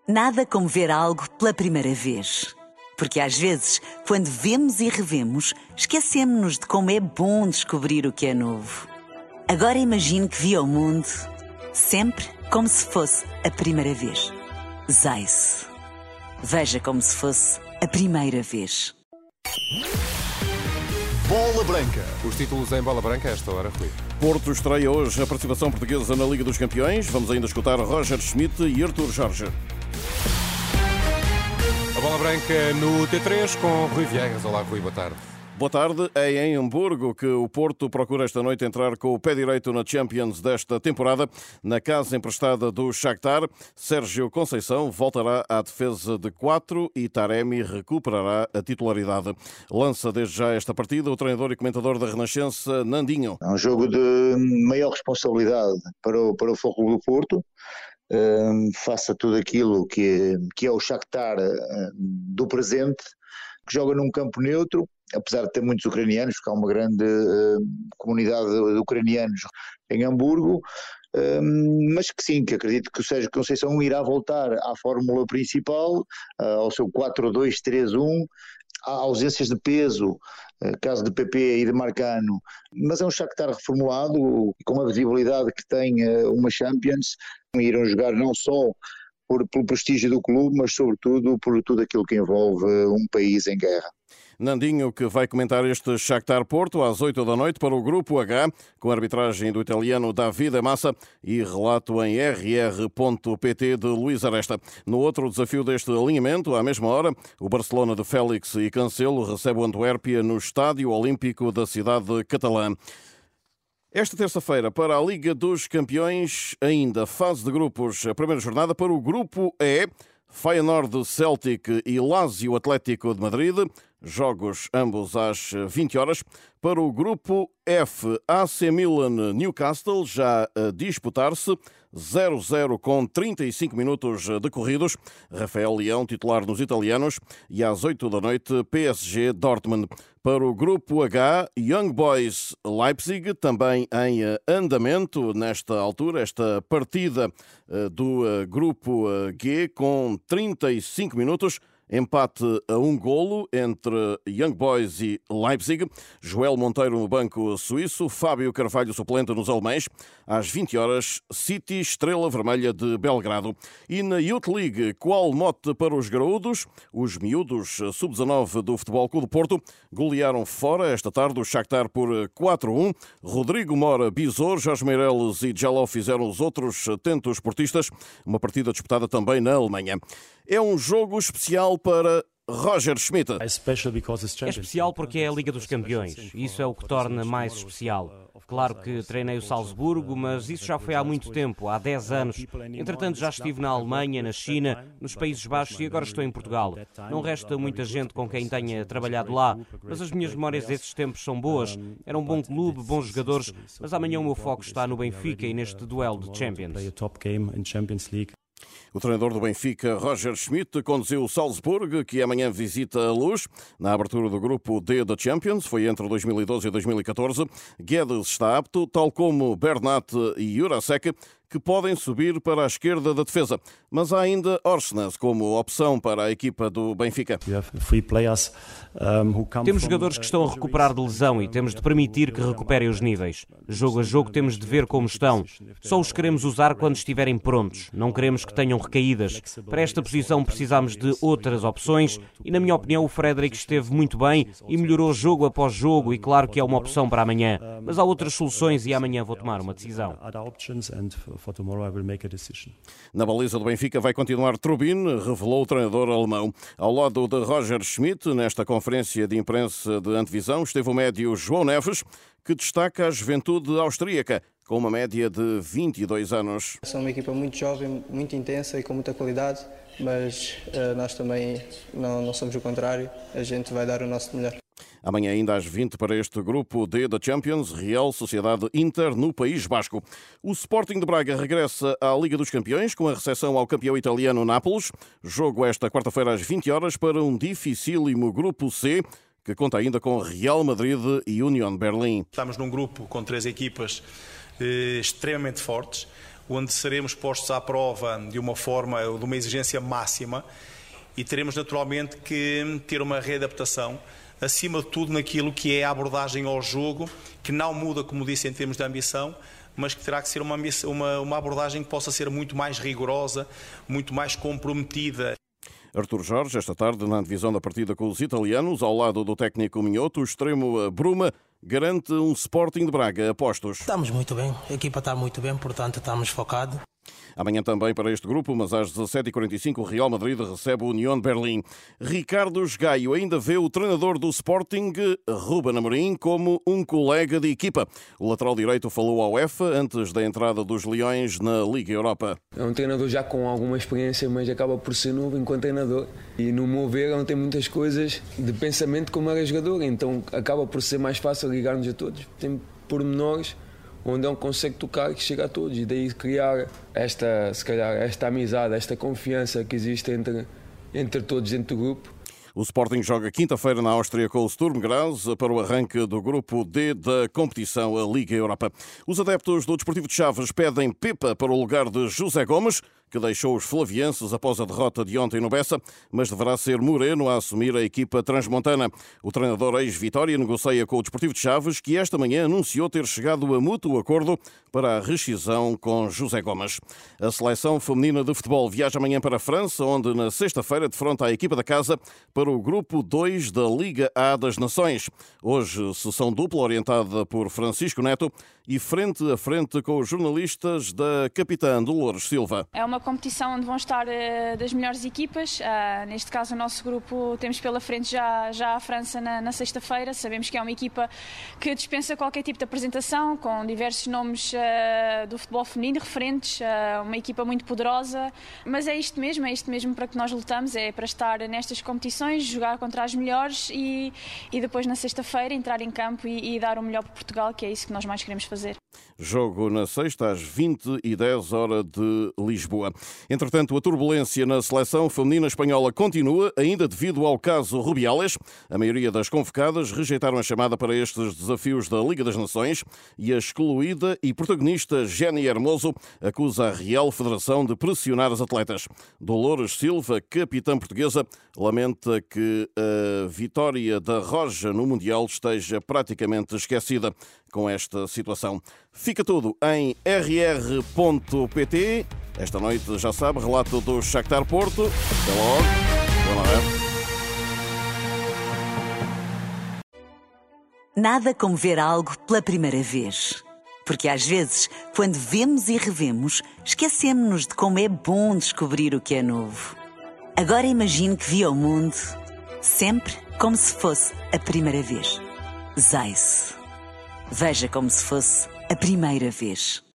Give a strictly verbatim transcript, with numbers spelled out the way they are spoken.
Nada como ver algo pela primeira vez. Porque às vezes, quando vemos e revemos, esquecemos-nos de como é bom descobrir o que é novo. Agora imagine que viu o mundo sempre como se fosse a primeira vez. Zais. Veja como se fosse a primeira vez. Bola Branca. Os títulos em Bola Branca a esta hora, Rui. Porto estreia hoje a participação portuguesa na Liga dos Campeões. Vamos ainda escutar Roger Schmidt e Artur Jorge. A Bola Branca no T três com Rui Viegas. Olá, Rui, boa tarde. Boa tarde. É em Hamburgo que o Porto procura esta noite entrar com o pé direito na Champions desta temporada. Na casa emprestada do Shakhtar, Sérgio Conceição voltará à defesa de quatro e Taremi recuperará a titularidade. Lança desde já esta partida o treinador e comentador da Renascença, Nandinho. É um jogo de maior responsabilidade para o, para o Futebol do Porto. Um, faça tudo aquilo que, que é o Shakhtar uh, do presente, que joga num campo neutro, apesar de ter muitos ucranianos, porque há uma grande uh, comunidade de ucranianos em Hamburgo, um, mas que sim, que acredito que o Sérgio Conceição irá voltar à fórmula principal, uh, ao seu quatro dois três um. Há ausências de peso, caso de P P e de Marcano, mas é um Shakhtar reformulado, com a visibilidade que tem uma Champions, irão jogar não só por, pelo prestígio do clube, mas sobretudo por tudo aquilo que envolve um país em guerra. Nandinho, que vai comentar este Shakhtar Porto às oito da noite para o Grupo H, com a arbitragem do italiano Davide Massa e relato em r r ponto p t de Luís Aresta. No outro desafio deste alinhamento, à mesma hora, o Barcelona de Félix e Cancelo recebe o Antuérpia no Estádio Olímpico da cidade catalã. Esta terça-feira, para a Liga dos Campeões, ainda fase de grupos, a primeira jornada para o Grupo E, Feyenoord Celtic e Lazio Atlético de Madrid, jogos ambos às vinte horas. Para o Grupo F, A C Milan Newcastle, já a disputar-se, zero a zero com trinta e cinco minutos decorridos. Rafael Leão, titular nos italianos, e às oito da noite, P S G Dortmund. Para o Grupo H, Young Boys Leipzig, também em andamento nesta altura, esta partida do Grupo G, com trinta e cinco minutos. Empate a um golo entre Young Boys e Leipzig. Joel Monteiro no banco suíço, Fábio Carvalho suplente nos alemães. Às vinte horas, City Estrela Vermelha de Belgrado. E na Youth League, qual mote para os graúdos? Os miúdos sub dezanove do Futebol Clube do Porto golearam fora esta tarde o Shakhtar por quatro a um. Rodrigo Mora, Bizor, Jorge Meireles e Jaló fizeram os outros tentos portistas. Uma partida disputada também na Alemanha. É um jogo especial para Roger Schmidt. É especial porque é a Liga dos Campeões. Isso é o que torna mais especial. Claro que treinei o Salzburgo, mas isso já foi há muito tempo, há dez anos. Entretanto, já estive na Alemanha, na China, nos Países Baixos e agora estou em Portugal. Não resta muita gente com quem tenha trabalhado lá, mas as minhas memórias desses tempos são boas. Era um bom clube, bons jogadores, mas amanhã o meu foco está no Benfica e neste duelo de Champions. O treinador do Benfica, Roger Schmidt, conduziu o Salzburgo, que amanhã visita a Luz. Na abertura do grupo D da Champions, foi entre dois mil e doze e dois mil e catorze. Guedes está apto, tal como Bernat e Jurasek, que podem subir para a esquerda da defesa. Mas há ainda Orsnes como opção para a equipa do Benfica. Temos jogadores que estão a recuperar de lesão e temos de permitir que recuperem os níveis. Jogo a jogo temos de ver como estão. Só os queremos usar quando estiverem prontos. Não queremos que tenham recaídas. Para esta posição precisamos de outras opções e, na minha opinião, o Frederic esteve muito bem e melhorou jogo após jogo e claro que é uma opção para amanhã. Mas há outras soluções e amanhã vou tomar uma decisão. Na baliza do Benfica vai continuar Trubin, revelou o treinador alemão. Ao lado de Roger Schmidt, nesta conferência de imprensa de antevisão, esteve o médio João Neves, que destaca a juventude austríaca, com uma média de vinte e dois anos. São uma equipa muito jovem, muito intensa e com muita qualidade, mas uh, nós também não, não somos o contrário, a gente vai dar o nosso melhor. Amanhã ainda às vinte para este grupo D da Champions, Real Sociedade Inter no País Basco. O Sporting de Braga regressa à Liga dos Campeões com a recepção ao campeão italiano Nápoles. Jogo esta quarta-feira às vinte horas para um dificílimo grupo C, que conta ainda com Real Madrid e Union Berlim. Estamos num grupo com três equipas eh, extremamente fortes. onde seremos postos à prova de uma forma, de uma exigência máxima e teremos naturalmente que ter uma readaptação, acima de tudo naquilo que é a abordagem ao jogo, que não muda, como disse, em termos de ambição, mas que terá que ser uma, uma, uma abordagem que possa ser muito mais rigorosa, muito mais comprometida. Artur Jorge, esta tarde, na divisão da partida com os italianos, ao lado do técnico Minhoto, o extremo Bruma garante um Sporting de Braga a postos. Estamos muito bem, a equipa está muito bem, portanto estamos focados. Amanhã também para este grupo, mas às dezassete e quarenta e cinco, o Real Madrid recebe o Unión de Berlim. Ricardo Gaio ainda vê o treinador do Sporting, Ruben Amorim, como um colega de equipa. O lateral direito falou à UEFA antes da entrada dos Leões na Liga Europa. É um treinador já com alguma experiência, mas acaba por ser novo enquanto treinador. E no meu ver, não tem muitas coisas de pensamento como era jogador, então acaba por ser mais fácil ligar-nos a todos. Tem pormenores onde ele consegue tocar que chega a todos e daí criar esta, se calhar, esta amizade, esta confiança que existe entre, entre todos dentro do grupo. O Sporting joga quinta-feira na Áustria com o Sturm Graz para o arranque do grupo D da competição, a Liga Europa. Os adeptos do Desportivo de Chaves pedem Pepa para o lugar de José Gomes, que deixou os flavienses após a derrota de ontem no Bessa, mas deverá ser Moreno a assumir a equipa transmontana. O treinador ex-Vitória negocia com o Desportivo de Chaves, que esta manhã anunciou ter chegado a mútuo acordo para a rescisão com José Gomes. A seleção feminina de futebol viaja amanhã para a França, onde na sexta-feira defronta a equipa da casa para o grupo dois da Liga A das Nações. Hoje, sessão dupla orientada por Francisco Neto e frente a frente com os jornalistas da capitã Dolores Silva. É uma competição onde vão estar uh, das melhores equipas. Uh, neste caso, o nosso grupo temos pela frente já, já a França na, na sexta-feira. Sabemos que é uma equipa que dispensa qualquer tipo de apresentação, com diversos nomes uh, do futebol feminino referentes, uh, uma equipa muito poderosa. Mas é isto mesmo, é isto mesmo para que nós lutamos, é para estar nestas competições, jogar contra as melhores e, e depois na sexta-feira entrar em campo e, e dar o melhor para Portugal, que é isso que nós mais queremos fazer. Jogo na sexta às vinte e dez, hora de Lisboa. Entretanto, a turbulência na seleção feminina espanhola continua, ainda devido ao caso Rubiales. A maioria das convocadas rejeitaram a chamada para estes desafios da Liga das Nações e a excluída e protagonista Jenny Hermoso acusa a Real Federação de pressionar as atletas. Dolores Silva, capitã portuguesa, lamenta que a vitória da Roja no Mundial esteja praticamente esquecida com esta situação. Fica tudo em r r ponto p t. Esta noite, já sabe, relato do Shakhtar Porto. Até logo. Nada como ver algo pela primeira vez. Porque às vezes, quando vemos e revemos, esquecemos-nos de como é bom descobrir o que é novo. Agora imagine que viu o mundo sempre como se fosse a primeira vez. Zais. Veja como se fosse a primeira vez.